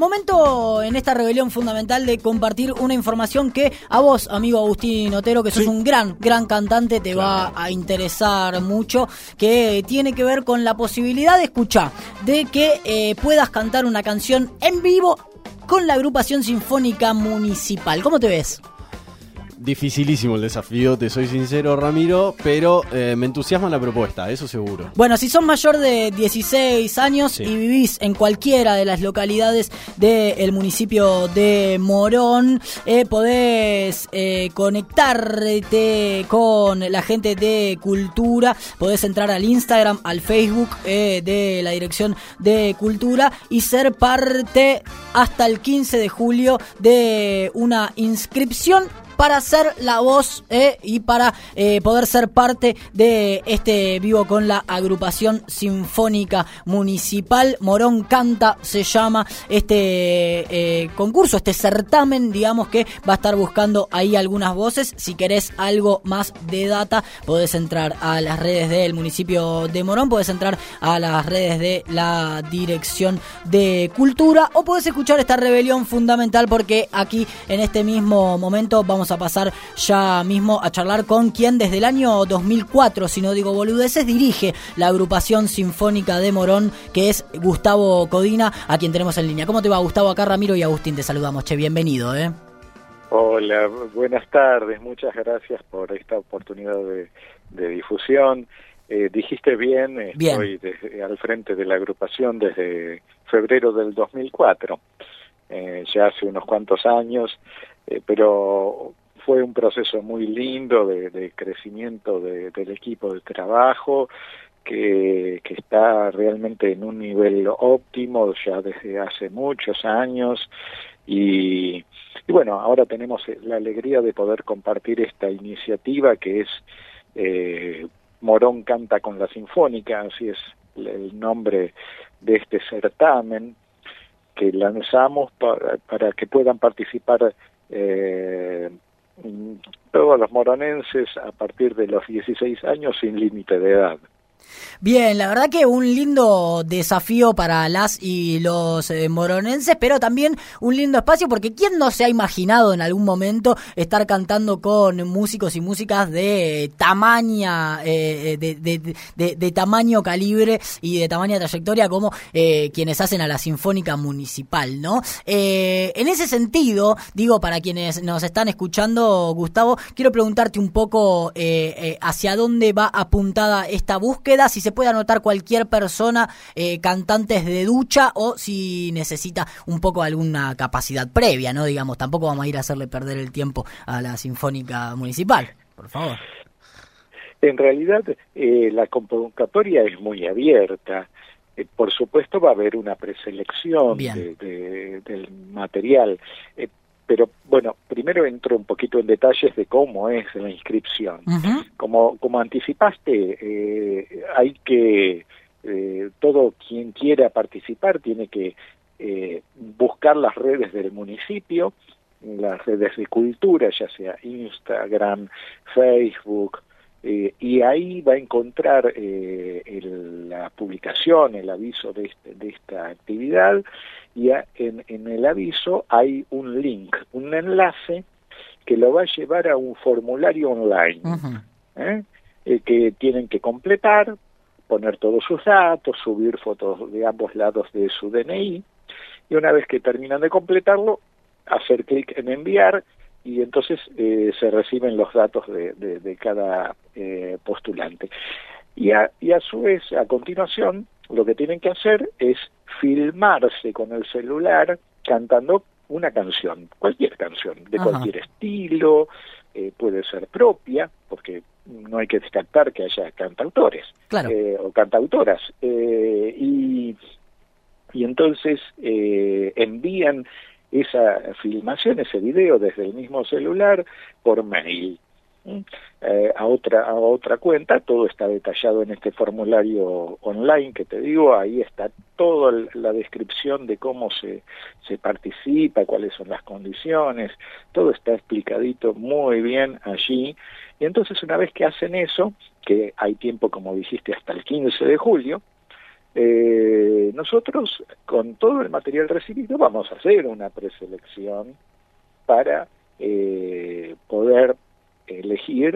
momento en esta rebelión fundamental de compartir una información que a vos, amigo Agustín Otero, que sos un gran cantante, te va a interesar mucho, que tiene que ver con la posibilidad de escuchar, de que puedas cantar una canción en vivo con la agrupación sinfónica municipal. ¿Cómo te ves? Dificilísimo el desafío, te soy sincero, Ramiro, pero me entusiasma la propuesta, eso seguro. Bueno, si sos mayor de 16 años y vivís en cualquiera de las localidades del municipio de Morón, podés conectarte con la gente de Cultura, podés entrar al Instagram, al Facebook de la Dirección de Cultura y ser parte hasta el 15 de julio de una inscripción para ser la voz y para poder ser parte de este vivo con la agrupación sinfónica municipal. Morón Canta se llama este concurso, este certamen, digamos, que va a estar buscando ahí algunas voces. Si querés algo más de data, podés entrar a las redes del municipio de Morón, podés entrar a las redes de la Dirección de Cultura o podés escuchar esta rebelión fundamental, porque aquí en este mismo momento vamos a pasar ya mismo a charlar con quien desde el año 2004, si no digo boludeces, dirige la agrupación sinfónica de Morón, que es Gustavo Codina, a quien tenemos en línea. ¿Cómo te va, Gustavo? Acá Ramiro y Agustín te saludamos. Che, bienvenido, Hola, buenas tardes, muchas gracias por esta oportunidad de difusión. Dijiste bien, estoy al frente de la agrupación desde febrero del 2004, ya hace unos cuantos años, pero fue un proceso muy lindo de crecimiento del equipo de trabajo, que está realmente en un nivel óptimo ya desde hace muchos años, y bueno, ahora tenemos la alegría de poder compartir esta iniciativa que es Morón Canta con la Sinfónica, así es el nombre de este certamen que lanzamos para que puedan participar todos los moronenses a partir de los 16 años sin límite de edad. Bien, la verdad que un lindo desafío para las y los moronenses, pero también un lindo espacio, porque ¿quién no se ha imaginado en algún momento estar cantando con músicos y músicas de tamaña, de tamaño calibre y de tamaña trayectoria como quienes hacen a la Sinfónica Municipal, ¿no? En ese sentido, digo, para quienes nos están escuchando, Gustavo, quiero preguntarte un poco hacia dónde va apuntada esta búsqueda, si se puede anotar cualquier persona, cantantes de ducha, o si necesita un poco alguna capacidad previa, ¿no? Digamos, tampoco vamos a ir a hacerle perder el tiempo a la Sinfónica Municipal, por favor. En realidad, la convocatoria es muy abierta. Por supuesto va a haber una preselección del material, pero bueno, primero entro un poquito en detalles de cómo es la inscripción. Uh-huh. Como anticipaste, hay que, todo quien quiera participar tiene que buscar las redes del municipio, las redes de cultura, ya sea Instagram, Facebook, y ahí va a encontrar la publicación, el aviso de esta actividad, y en el aviso hay un link, un enlace que lo va a llevar a un formulario online, uh-huh. Que tienen que completar, poner todos sus datos, subir fotos de ambos lados de su DNI, y una vez que terminan de completarlo, hacer clic en enviar, y entonces se reciben los datos de cada postulante. Y a su vez, a continuación, lo que tienen que hacer es filmarse con el celular cantando una canción, cualquier canción, de Ajá. cualquier estilo, puede ser propia, porque no hay que descartar que haya cantautores claro. O cantautoras, y entonces envían esa filmación, ese video desde el mismo celular por mail a otra cuenta. Todo está detallado en este formulario online que te digo. Ahí está toda la descripción de cómo se participa, cuáles son las condiciones, todo está explicadito muy bien allí. Y entonces una vez que hacen eso, que hay tiempo, como dijiste, hasta el 15 de julio, nosotros con todo el material recibido vamos a hacer una preselección para poder elegir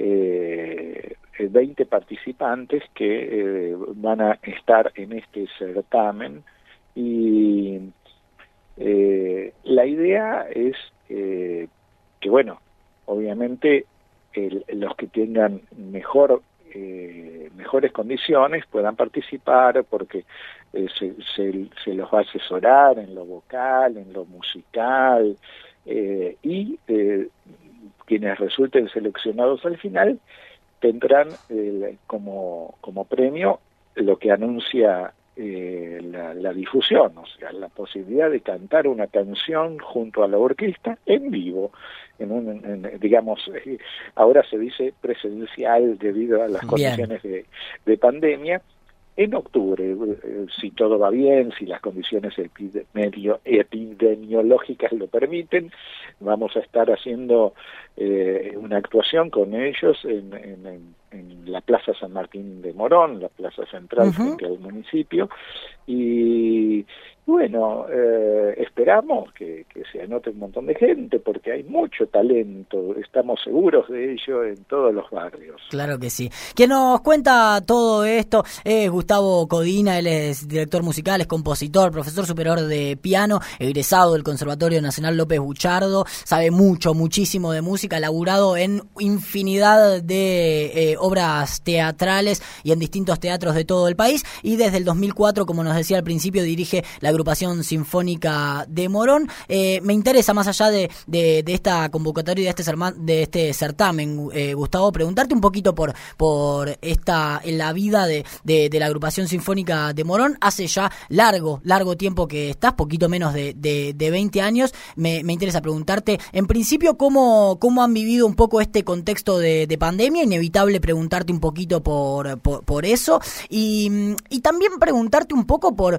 20 participantes que van a estar en este certamen, y la idea es que, bueno, obviamente los que tengan mejores condiciones puedan participar, porque se los va a asesorar en lo vocal, en lo musical, y quienes resulten seleccionados al final tendrán como premio lo que anuncia la difusión, o sea, la posibilidad de cantar una canción junto a la orquesta en vivo, digamos, ahora se dice presencial debido a las condiciones de pandemia, en octubre, si todo va bien, si las condiciones epidemiológicas lo permiten, vamos a estar haciendo una actuación con ellos en la Plaza San Martín de Morón, la plaza central frente al municipio, y bueno, esperamos que se anote un montón de gente, porque hay mucho talento, estamos seguros de ello en todos los barrios. Claro que sí. Quien nos cuenta todo esto es Gustavo Codina, él es director musical, es compositor, profesor superior de piano, egresado del Conservatorio Nacional López Buchardo, sabe muchísimo de música, ha laburado en infinidad de obras teatrales y en distintos teatros de todo el país, y desde el 2004, como nos decía al principio, dirige la Agrupación Sinfónica de Morón. Me interesa, más allá de esta convocatoria y de este certamen, Gustavo, preguntarte un poquito por la vida de la Agrupación Sinfónica de Morón. Hace ya largo tiempo que estás, poquito menos de 20 años. Me interesa preguntarte, en principio, cómo han vivido un poco este contexto de pandemia. Inevitable preguntarte un poquito por eso, y también preguntarte un poco por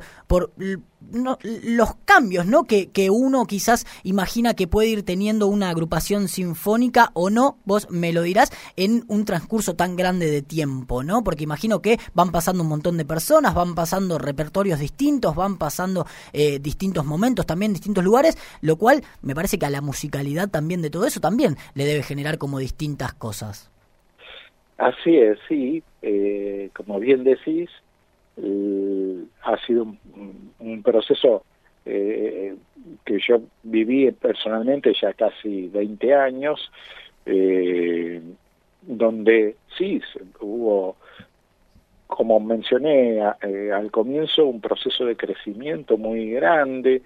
los cambios, ¿no? que uno quizás imagina que puede ir teniendo una agrupación sinfónica, o no, vos me lo dirás, en un transcurso tan grande de tiempo, ¿no? Porque imagino que van pasando un montón de personas, van pasando repertorios distintos, van pasando distintos momentos, también distintos lugares, lo cual me parece que a la musicalidad también de todo eso también le debe generar como distintas cosas. Así es, sí, como bien decís, ha sido un proceso que yo viví personalmente ya casi 20 años, donde sí hubo, como mencioné al comienzo, un proceso de crecimiento muy grande.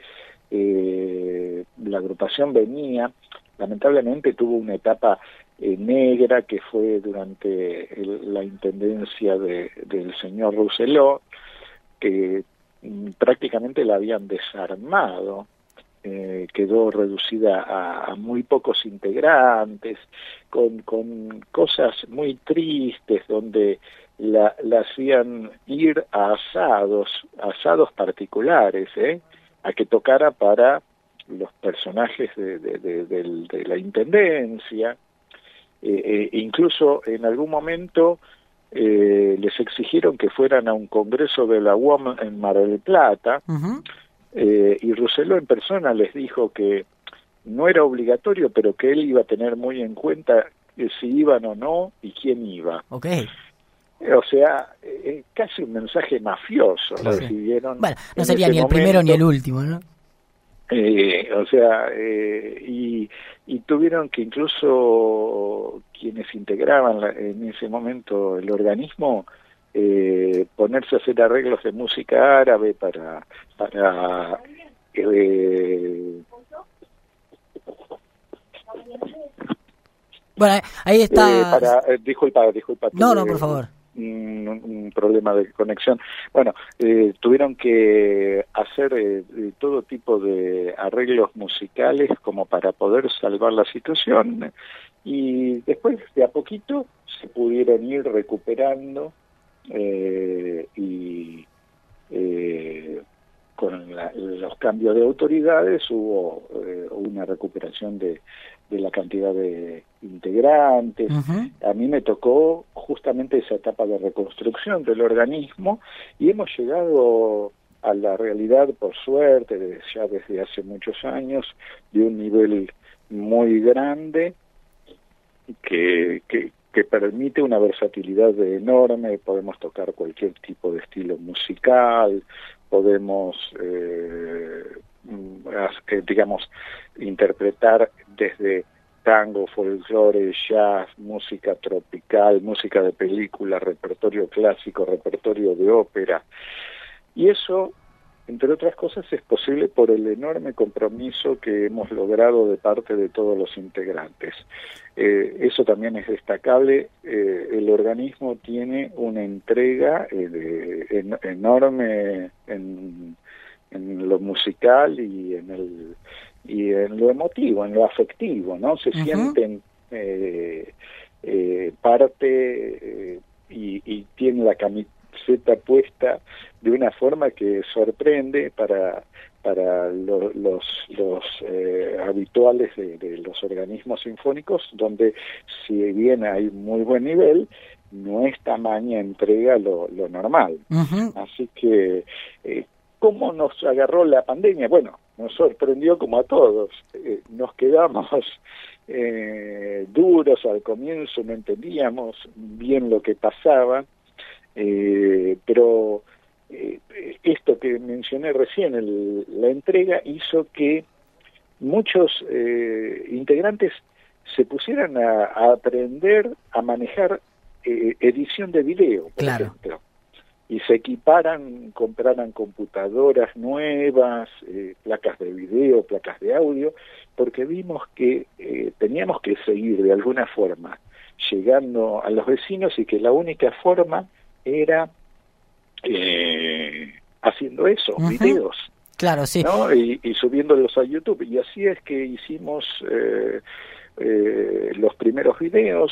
La agrupación lamentablemente tuvo una etapa negra, que fue durante la intendencia del señor Rousselot, que prácticamente la habían desarmado, quedó reducida a muy pocos integrantes, con cosas muy tristes, donde la hacían ir a asados particulares, a que tocara para los personajes de la intendencia. Incluso en algún momento les exigieron que fueran a un congreso de la UOM en Mar del Plata, y Rousselot en persona les dijo que no era obligatorio, pero que él iba a tener muy en cuenta si iban o no y quién iba. Okay. O sea, casi un mensaje mafioso recibieron. Bueno, no sería ni el primero ni el último, ¿no? O sea, y tuvieron que incluso quienes integraban en ese momento el organismo ponerse a hacer arreglos de música árabe para bueno, ahí está. Disculpa. No, por favor. Un problema de conexión. Bueno, tuvieron que hacer todo tipo de arreglos musicales como para poder salvar la situación, y después de a poquito se pudieron ir recuperando, y los cambios de autoridades hubo una recuperación de la cantidad de integrantes. A mí me tocó justamente esa etapa de reconstrucción del organismo y hemos llegado a la realidad, por suerte, ya desde hace muchos años, de un nivel muy grande que permite una versatilidad enorme. Podemos tocar cualquier tipo de estilo musical, podemos, digamos, interpretar desde tango, folclore, jazz, música tropical, música de película, repertorio clásico, repertorio de ópera. Y eso, entre otras cosas, es posible por el enorme compromiso que hemos logrado de parte de todos los integrantes. Eso también es destacable. El organismo tiene una entrega enorme en lo musical y en lo emotivo, en lo afectivo, ¿no? Se sienten parte y tienen la camiseta puesta de una forma que sorprende para los habituales de los organismos sinfónicos, donde si bien hay muy buen nivel, no es tamaña entrega lo normal. Así que, ¿cómo nos agarró la pandemia? Bueno, nos sorprendió como a todos. Nos quedamos duros al comienzo, no entendíamos bien lo que pasaba, pero esto que mencioné recién, la entrega hizo que muchos integrantes se pusieran a aprender a manejar edición de video, por ejemplo, y se compraran computadoras nuevas, placas de video, placas de audio, porque vimos que teníamos que seguir de alguna forma llegando a los vecinos y que la única forma era haciendo eso, videos. Claro, sí. ¿No? Y subiéndolos a YouTube. Y así es que hicimos los primeros videos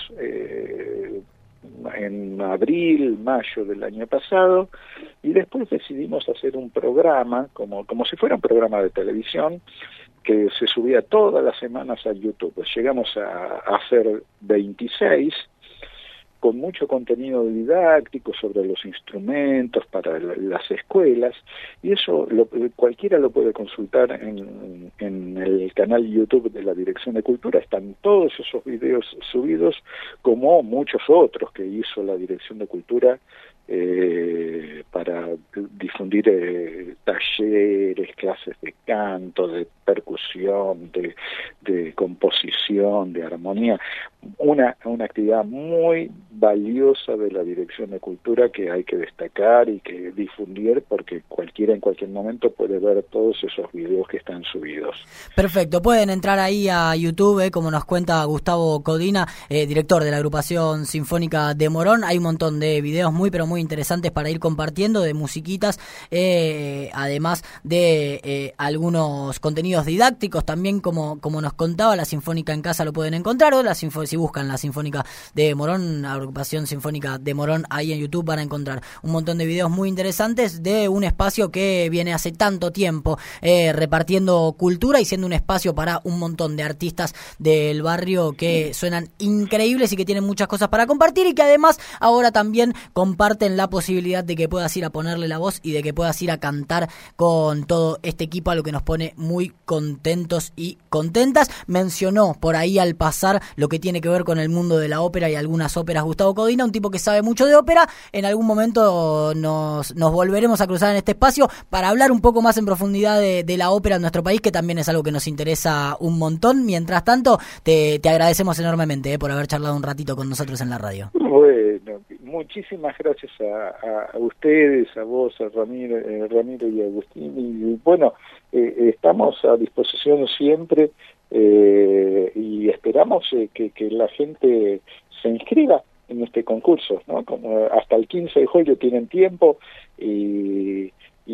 en abril, mayo del año pasado, y después decidimos hacer un programa, como si fuera un programa de televisión, que se subía todas las semanas a YouTube. Pues llegamos a hacer 26, con mucho contenido didáctico sobre los instrumentos para las escuelas, y eso cualquiera lo puede consultar en el canal YouTube de la Dirección de Cultura. Están todos esos videos subidos, como muchos otros que hizo la Dirección de Cultura para difundir talleres, clases de canto, de percusión, de composición, de armonía. Una actividad muy valiosa de la Dirección de Cultura que hay que destacar y que difundir, porque cualquiera en cualquier momento puede ver todos esos videos que están subidos. Perfecto, pueden entrar ahí a YouTube, como nos cuenta Gustavo Codina, director de la Agrupación Sinfónica de Morón. Hay un montón de videos muy muy interesantes para ir compartiendo, de musiquitas, además de algunos contenidos didácticos también, como nos contaba. La Sinfónica en Casa lo pueden encontrar, o si buscan la Sinfónica de Morón, la Agrupación Sinfónica de Morón, ahí en YouTube van a encontrar un montón de videos muy interesantes de un espacio que viene hace tanto tiempo repartiendo cultura y siendo un espacio para un montón de artistas del barrio que suenan increíbles y que tienen muchas cosas para compartir, y que además ahora también comparten la posibilidad de que puedas ir a ponerle la voz y de que puedas ir a cantar con todo este equipo, a lo que nos pone muy contentos y contentas. Mencionó por ahí al pasar lo que tiene que ver con el mundo de la ópera y algunas óperas Gustavo Codina, un tipo que sabe mucho de ópera. En algún momento nos volveremos a cruzar en este espacio para hablar un poco más en profundidad de la ópera en nuestro país, que también es algo que nos interesa un montón. Mientras tanto, te agradecemos enormemente por haber charlado un ratito con nosotros en la radio. Bueno, muchísimas gracias a ustedes, a vos, a Ramiro y a Agustín, y bueno, estamos a disposición siempre, y esperamos que la gente se inscriba en este concurso, ¿no? Como hasta el 15 de julio tienen tiempo, y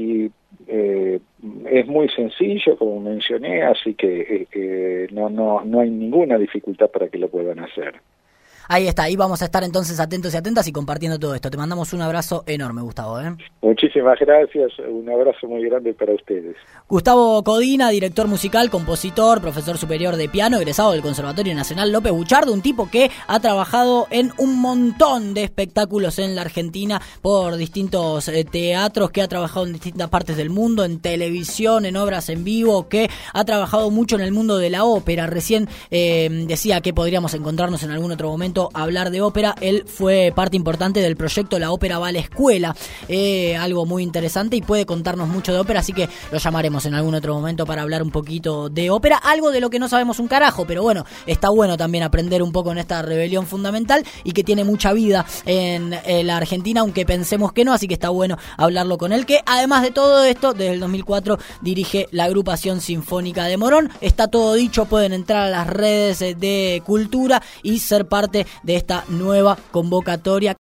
es muy sencillo, como mencioné, así que no hay ninguna dificultad para que lo puedan hacer. Ahí está, ahí vamos a estar entonces atentos y atentas y compartiendo todo esto. Te mandamos un abrazo enorme, Gustavo. Muchísimas gracias, un abrazo muy grande para ustedes. Gustavo Codina, director musical, compositor, profesor superior de piano, egresado del Conservatorio Nacional López Buchardo, un tipo que ha trabajado en un montón de espectáculos en la Argentina por distintos teatros, que ha trabajado en distintas partes del mundo, en televisión, en obras en vivo, que ha trabajado mucho en el mundo de la ópera. Recién decía que podríamos encontrarnos en algún otro momento a hablar de ópera. Él fue parte importante del proyecto La Ópera va a la Escuela, algo muy interesante, y puede contarnos mucho de ópera, así que lo llamaremos en algún otro momento para hablar un poquito de ópera, algo de lo que no sabemos un carajo, pero bueno, está bueno también aprender un poco en esta rebelión fundamental y que tiene mucha vida en la Argentina, aunque pensemos que no, así que está bueno hablarlo con él, que además de todo esto, desde el 2004 dirige la Agrupación Sinfónica de Morón. Está todo dicho, pueden entrar a las redes de Cultura y ser parte de esta nueva convocatoria.